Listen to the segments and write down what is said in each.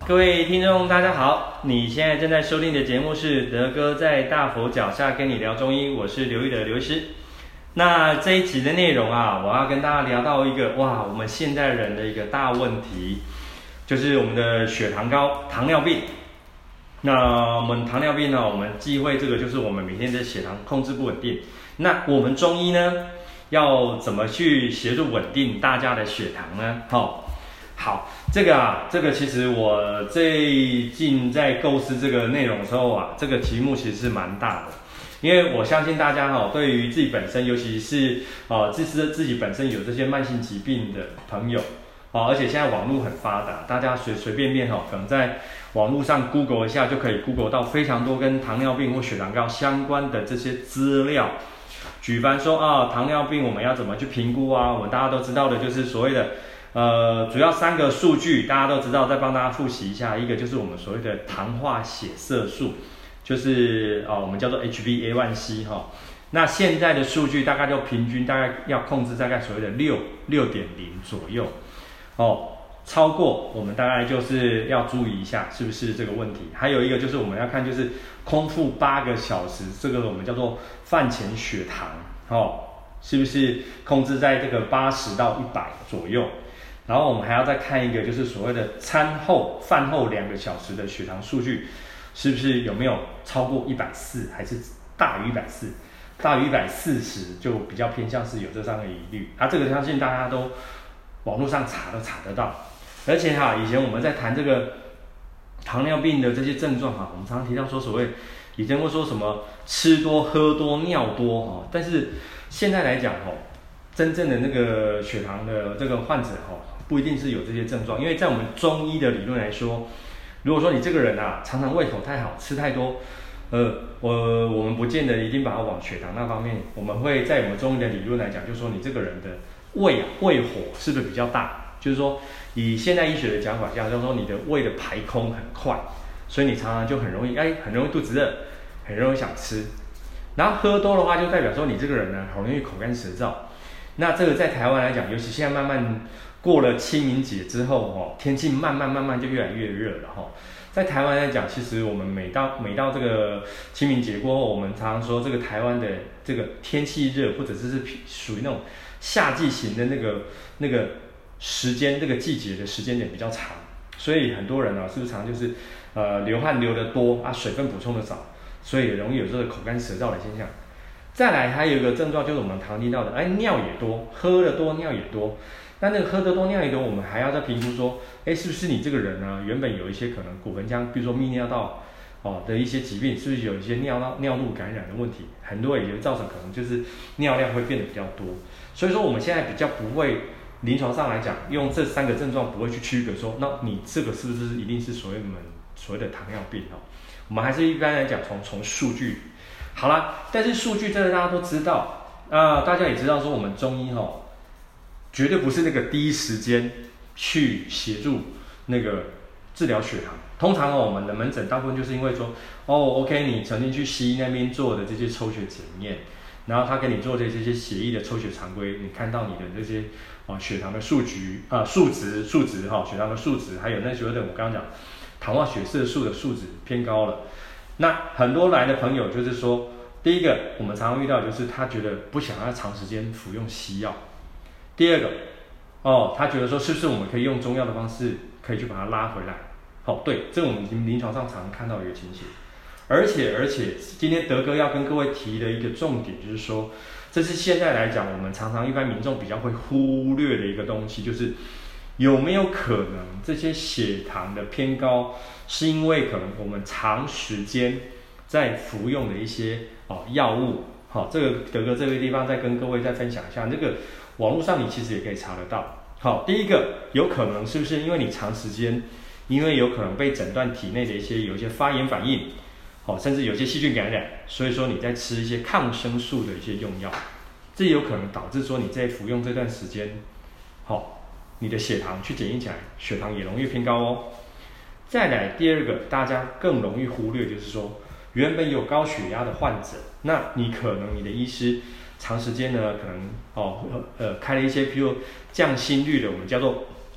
各位听众大家好，你现在正在收听的节目是德哥在大佛脚下跟你聊中医，我是刘玉的刘医师。那这一集的内容啊，我要跟大家聊到一个我们现代人的一个大问题，就是我们的血糖高、糖尿病。那我们糖尿病呢，我们忌讳这个就是我们每天的血糖控制不稳定。那我们中医呢，要怎么去协助稳定大家的血糖呢？好，这个其实我最近在构思这个内容的时候啊，这个题目其实是蛮大的，因为我相信大家对于自己本身，尤其是自己本身有这些慢性疾病的朋友而且现在网络很发达，大家随便可能在网络上 Google 一下就可以 Google 到非常多跟糖尿病或血糖高相关的这些资料。举凡说糖尿病我们要怎么去评估啊？我们大家都知道的就是所谓的主要3个数据，大家都知道，再帮大家复习一下。一个就是我们所谓的糖化血色素，就是我们叫做 HbA1c 那现在的数据大概就平均大概要控制大概所谓的6.0左右超过我们大概就是要注意一下是不是这个问题。还有一个就是我们要看就是空腹8个小时，这个我们叫做饭前血糖是不是控制在这个80到100左右。然后我们还要再看一个就是所谓的饭后2个小时的血糖数据，是不是有没有超过140还是大于140，大于140就比较偏向是有这3个疑虑。这个相信大家都网络上查得到。而且以前我们在谈这个糖尿病的这些症状我们常常提到说所谓以前会说什么吃多喝多尿多但是现在来讲真正的那个血糖的这个患者不一定是有这些症状。因为在我们中医的理论来说，如果说你这个人常常胃口太好，吃太多我们不见得一定把它往血糖那方面，我们会在我们中医的理论来讲，就是说你这个人的胃火是不是比较大，就是说以现代医学的讲法下，就是说你的胃的排空很快，所以你常常就很容易肚子热，很容易想吃。然后喝多的话，就代表说你这个人呢，很容易口干舌燥。那这个在台湾来讲，尤其现在慢慢过了清明节之后天气慢慢就越来越热了在台湾来讲，其实我们每到这个清明节过后，我们常常说这个台湾的这个天气热，或者是属于那种夏季型的那个时间，这个季节的时间点比较长，所以很多人是不是常就是流汗流得多水分补充的少，所以也容易有这个口干舌燥的现象。再来还有一个症状就是我们常听到的尿也多，喝得多尿也多。那个喝得多尿也多，我们还要再评估说是不是你这个人呢原本有一些可能骨盆腔，比如说泌尿道的一些疾病，是不是有一些尿路感染的问题，很多也就造成可能就是尿量会变得比较多。所以说我们现在比较不会临床上来讲用这3个症状不会去区隔说那你这个是不是一定是所谓的糖尿病我们还是一般来讲从数据好啦。但是数据这个大家都知道大家也知道说我们中医绝对不是那个第一时间去协助那个治疗血糖。通常我们的门诊大部分就是因为说OK 你曾经去西医那边做的这些抽血检验，然后他给你做的这些血液的抽血常规，你看到你的这些血糖的数值血糖的数值，还有那所谓的我刚刚讲糖化血色素的数值偏高了。那很多来的朋友就是说，第一个我们常常遇到就是他觉得不想要长时间服用西药，第二个他觉得说是不是我们可以用中药的方式可以去把它拉回来。对，这种我们临床上常常看到的一个情形。而且今天德哥要跟各位提的一个重点就是说，这是现在来讲我们常常一般民众比较会忽略的一个东西，就是有没有可能这些血糖的偏高是因为可能我们长时间在服用的一些药物。这个德哥这个地方再跟各位再分享一下，这个网络上你其实也可以查得到。第一个有可能是不是因为你长时间因为有可能被诊断体内的有一些发炎反应甚至有些细菌感染，所以说你在吃一些抗生素的一些用药，这有可能导致说你在服用这段时间你的血糖去检验起来血糖也容易偏高再来第二个大家更容易忽略，就是说原本有高血压的患者，那你可能你的医师长时间呢可能开了一些譬如降心率的我们叫做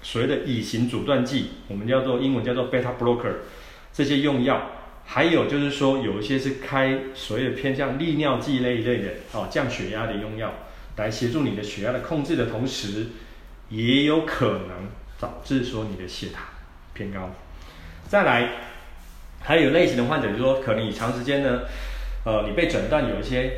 所谓的乙型阻断剂，我们英文叫做 beta blocker 这些用药，还有就是说有一些是开所谓的偏向利尿剂类的降血压的用药，来协助你的血压的控制的同时，也有可能导致说你的血糖偏高。再来，还有类型的患者就是说，可能你长时间呢，你被诊断有一些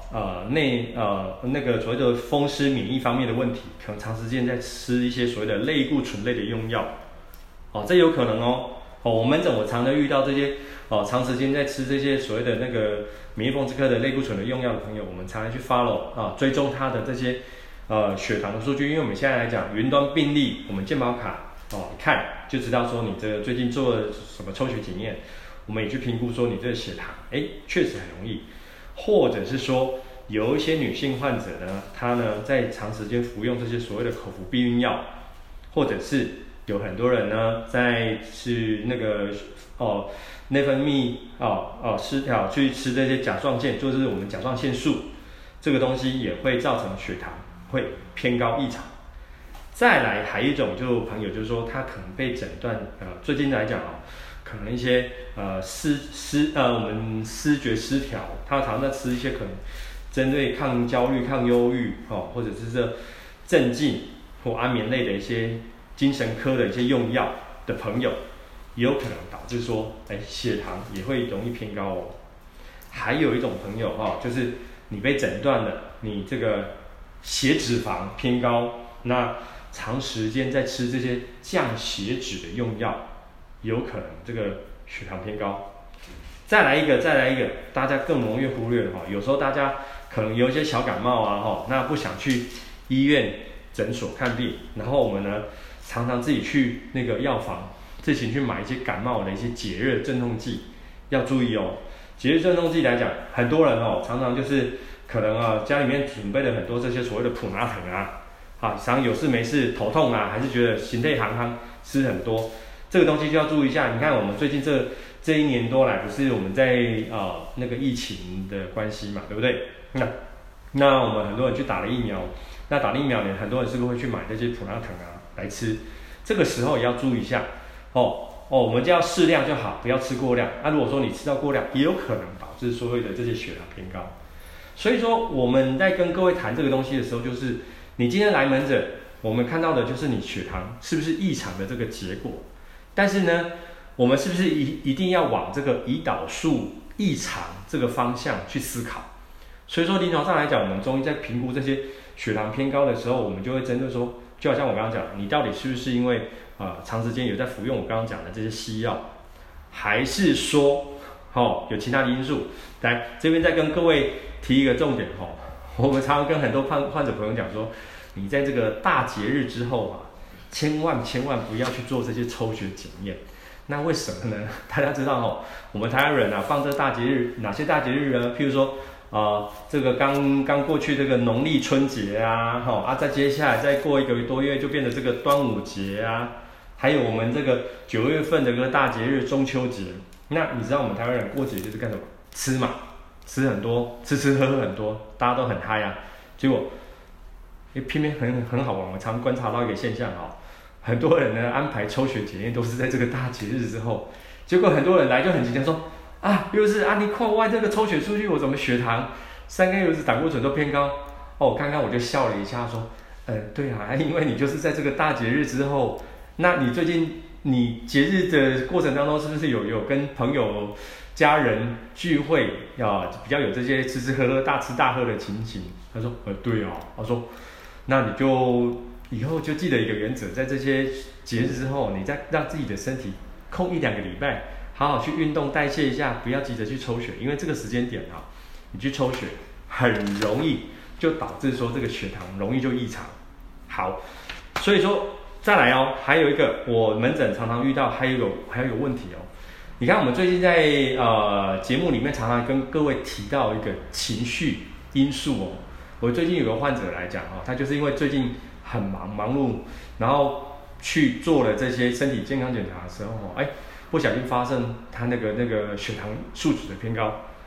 那个所谓的风湿免疫方面的问题，可能长时间在吃一些所谓的类固醇类的用药，这有可能我门诊我常常遇到这些长时间在吃这些所谓的那个免疫风湿科的类固醇的用药的朋友，我们常常去 follow 追踪他的这些血糖的数据，因为我们现在来讲云端病历，我们健保卡看就知道说你这个最近做了什么抽血检验，我们也去评估说你这个血糖，确实很容易，或者是说有一些女性患者呢，她呢在长时间服用这些所谓的口服避孕药，或者是有很多人呢在吃那个内分泌失调去吃这些甲状腺，就是我们甲状腺素，这个东西也会造成血糖会偏高异常。再来还有一种就朋友就是说他可能被诊断最近来讲可能一些我们思觉失调，他常常在吃一些可能针对抗焦虑、抗忧郁或者是这镇静或安眠类的一些精神科的一些用药的朋友，也有可能导致说血糖也会容易偏高还有一种朋友就是你被诊断了你这个血脂肪偏高，那长时间在吃这些降血脂的用药，有可能这个血糖偏高。再来一个，大家更容易忽略的有时候大家可能有一些小感冒那不想去医院诊所看病，然后我们呢常常自己去那个药房自行去买一些感冒的一些解热镇痛剂。要注意解热镇痛剂来讲，很多人常常就是可能家里面准备了很多这些所谓的普拿疼常常有事没事头痛还是觉得心内行吃很多，这个东西就要注意一下。你看我们最近这一年多来，不是我们在那个疫情的关系嘛，对不对？那我们很多人去打了疫苗，那打了疫苗呢，很多人是不是会去买这些普拿疼来吃？这个时候也要注意一下我们就要适量就好，不要吃过量。如果说你吃到过量，也有可能导致所谓的这些血糖偏高。所以说我们在跟各位谈这个东西的时候，就是你今天来门诊，我们看到的就是你血糖是不是异常的这个结果。但是呢，我们是不是一定要往这个胰岛素异常这个方向去思考？所以说临床上来讲，我们中医在评估这些血糖偏高的时候，我们就会针对说，就好像我刚刚讲，你到底是不是因为长时间有在服用我刚刚讲的这些西药，还是说有其他的因素？来这边再跟各位提一个重点我们常常跟很多患者朋友讲说，你在这个大节日之后千万不要去做这些抽血检验。那为什么呢？大家知道我们台湾人放这大节日，哪些大节日呢？譬如说这个刚过去这个农历春节再接下来再过1个多月就变成这个端午节还有我们这个9月份的这个大节日中秋节。那你知道我们台湾人过节就是干什么？吃嘛，吃很多，吃喝很多，大家都很嗨结果偏偏很好玩，我常观察到一个现象很多人呢安排抽血检验都是在这个大节日之后，结果很多人来就很紧张说又是你看我这个抽血数据，我怎么血糖3根油脂胆固醇都偏高刚刚我就笑了一下说对因为你就是在这个大节日之后，那你最近你节日的过程当中是不是有跟朋友家人聚会比较有这些吃喝大吃大喝的情形？他说对他说那你就以后就记得一个原则，在这些节日之后，你再让自己的身体空1-2个礼拜，好好去运动代谢一下，不要急着去抽血，因为这个时间点你去抽血很容易就导致说这个血糖容易就异常。好，所以说再来还有一个我门诊常常遇到还有一个问题你看我们最近在节目里面常常跟各位提到一个情绪因素我最近有个患者来讲他就是因为最近很忙碌，然后去做了这些身体健康检查的时候不小心发生他那个血糖数值的偏高。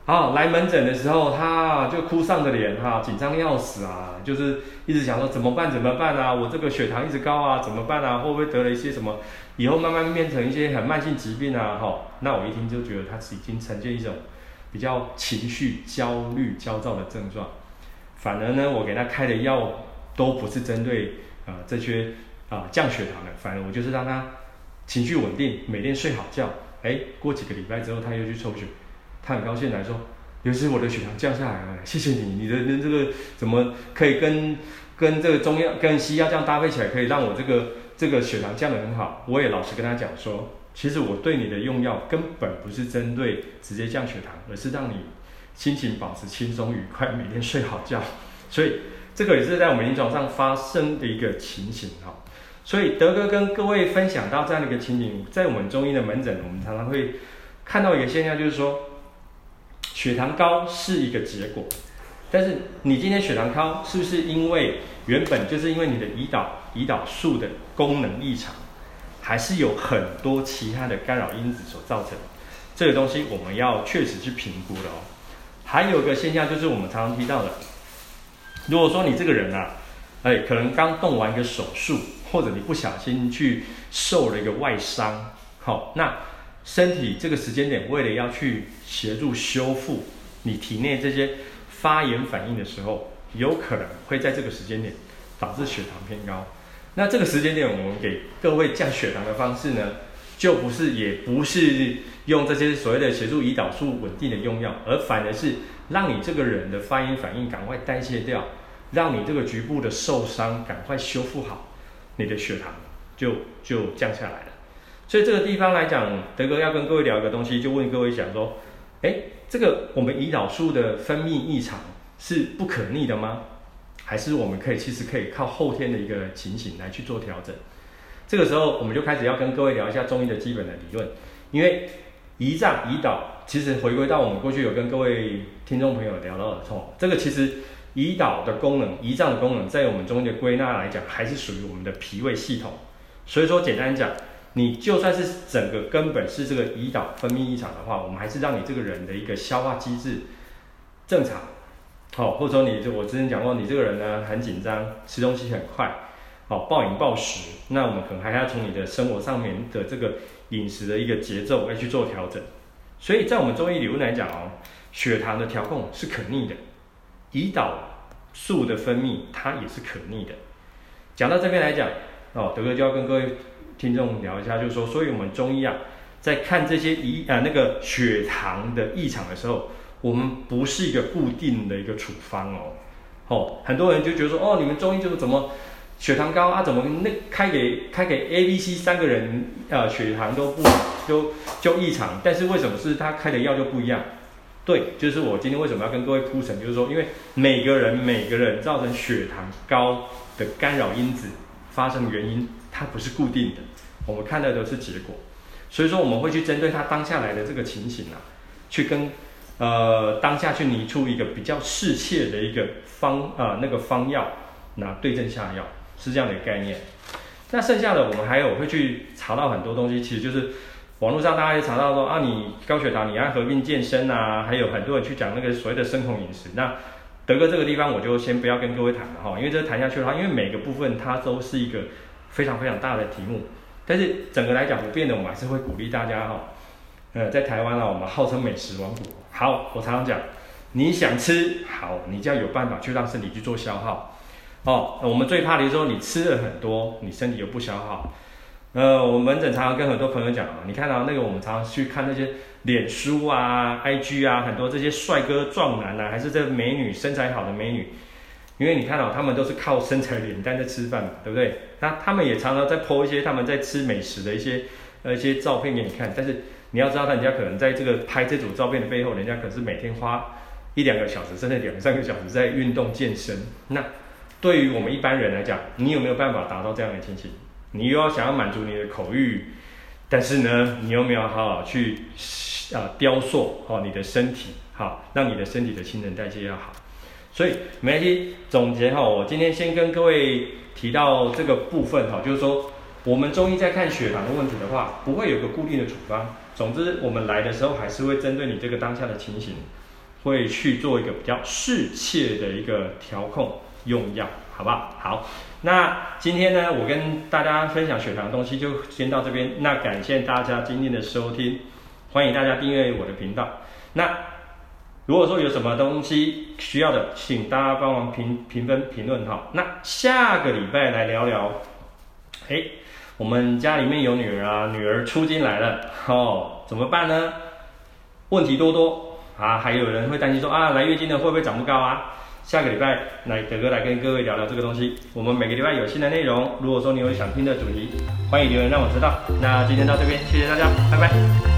来门诊的时候，他就哭丧着脸紧张的要死啊，就是一直想说怎么办啊，我这个血糖一直高啊，怎么办啊，会不会得了一些什么，以后慢慢变成一些很慢性疾病啊那我一听就觉得他已经呈现一种比较情绪焦虑焦躁的症状，反而呢我给他开的药都不是针对这些降血糖的，反而我就是让他情绪稳定，每天睡好觉，过几个礼拜之后他又去抽血，他很高兴来说，刘医师，我的血糖降下来了，谢谢你，你的这个怎么可以跟这个中药跟西药这样搭配起来，可以让我这个血糖降得很好。我也老实跟他讲说，其实我对你的用药根本不是针对直接降血糖，而是让你心情保持轻松愉快，每天睡好觉。所以这个也是在我们临床上发生的一个情形所以德哥跟各位分享到这样的一个情景，在我们中医的门诊，我们常常会看到一个现象，就是说血糖高是一个结果，但是你今天血糖高是不是因为原本就是因为你的胰岛素的功能异常，还是有很多其他的干扰因子所造成？这个东西我们要确实去评估的还有一个现象就是我们常常提到的，如果说你这个人可能刚动完一个手术，或者你不小心去受了一个外伤，那身体这个时间点为了要去协助修复你体内这些发炎反应的时候，有可能会在这个时间点导致血糖偏高。那这个时间点我们给各位降血糖的方式呢，也不是用这些所谓的协助胰岛素稳定的用药，而反而是让你这个人的发炎反应赶快代谢掉，让你这个局部的受伤赶快修复好，你的血糖就降下来了。所以这个地方来讲，德哥要跟各位聊一个东西，就问各位讲说，这个我们胰岛素的分泌异常是不可逆的吗？还是我们其实可以靠后天的一个情形来去做调整？这个时候我们就开始要跟各位聊一下中医的基本的理论，因为胰岛其实回归到我们过去有跟各位听众朋友聊到的这个其实胰岛的功能、胰脏的功能，在我们中医的归纳来讲，还是属于我们的脾胃系统。所以说简单讲，你就算是整个根本是这个胰岛分泌异常的话，我们还是让你这个人的一个消化机制正常，或者说我之前讲过，你这个人呢很紧张，吃东西很快，暴饮暴食，那我们可能还要从你的生活上面的这个饮食的一个节奏来去做调整。所以在我们中医理论来讲血糖的调控是可逆的，胰岛素的分泌它也是可逆的。讲到这边来讲德哥就要跟各位听众聊一下，就是说，所以我们中医在看这些那个血糖的异常的时候，我们不是一个固定的一个处方很多人就觉得说你们中医就是怎么血糖高怎么开给 A、B、C 三个人血糖就异常，但是为什么是他开的药就不一样？对，就是我今天为什么要跟各位铺陈，就是说，因为每个人造成血糖高的干扰因子发生原因，它不是固定的，我们看到的都是结果，所以说我们会去针对它当下来的这个情形去跟当下去拟出一个比较适切的一个方药，拿对症下药，是这样的概念。那剩下的我们还会去查到很多东西，其实就是网络上大家也查到说你高血糖你要合并健身还有很多人去讲那个所谓的生酮饮食。那德哥这个地方我就先不要跟各位谈了因为这谈下去的话，因为每个部分它都是一个非常非常大的题目，但是整个来讲不变的，我们还是会鼓励大家在台湾我们号称美食王国。好，我常常讲，你想吃好，你就要有办法去让身体去做消耗我们最怕的就是说你吃了很多，你身体又不消耗。我们门诊常常跟很多朋友讲你看那个我们常常去看那些脸书IG 很多这些帅哥壮男还是这美女身材好的美女，因为你看他们都是靠身材脸蛋在吃饭嘛，对不对？那他们也常常在 po 一些他们在吃美食的一些照片给你看，但是你要知道人家可能在这个拍这组照片的背后，人家可是每天花1-2个小时甚至2-3个小时在运动健身。那对于我们一般人来讲，你有没有办法达到这样的情形？你又要想要满足你的口欲，但是呢你又没有好好去雕塑你的身体让你的身体的新陈代谢要好。所以没关系，总结我今天先跟各位提到这个部分就是说我们中医在看血糖的问题的话，不会有个固定的处方。总之我们来的时候还是会针对你这个当下的情形会去做一个比较适切的一个调控用药，好不好？好，那今天呢，我跟大家分享血糖的东西就先到这边。那感谢大家今天的收听，欢迎大家订阅我的频道。那如果说有什么东西需要的，请大家帮忙评分评论哈。那下个礼拜来聊聊，我们家里面有女儿啊，女儿出经来了，怎么办呢？问题多多啊，还有人会担心说啊，来月经了会不会长不高啊？下个礼拜来德哥来跟各位聊聊这个东西。我们每个礼拜有新的内容，如果说你有想听的主题，欢迎留言让我知道。那今天到这边，谢谢大家，拜拜。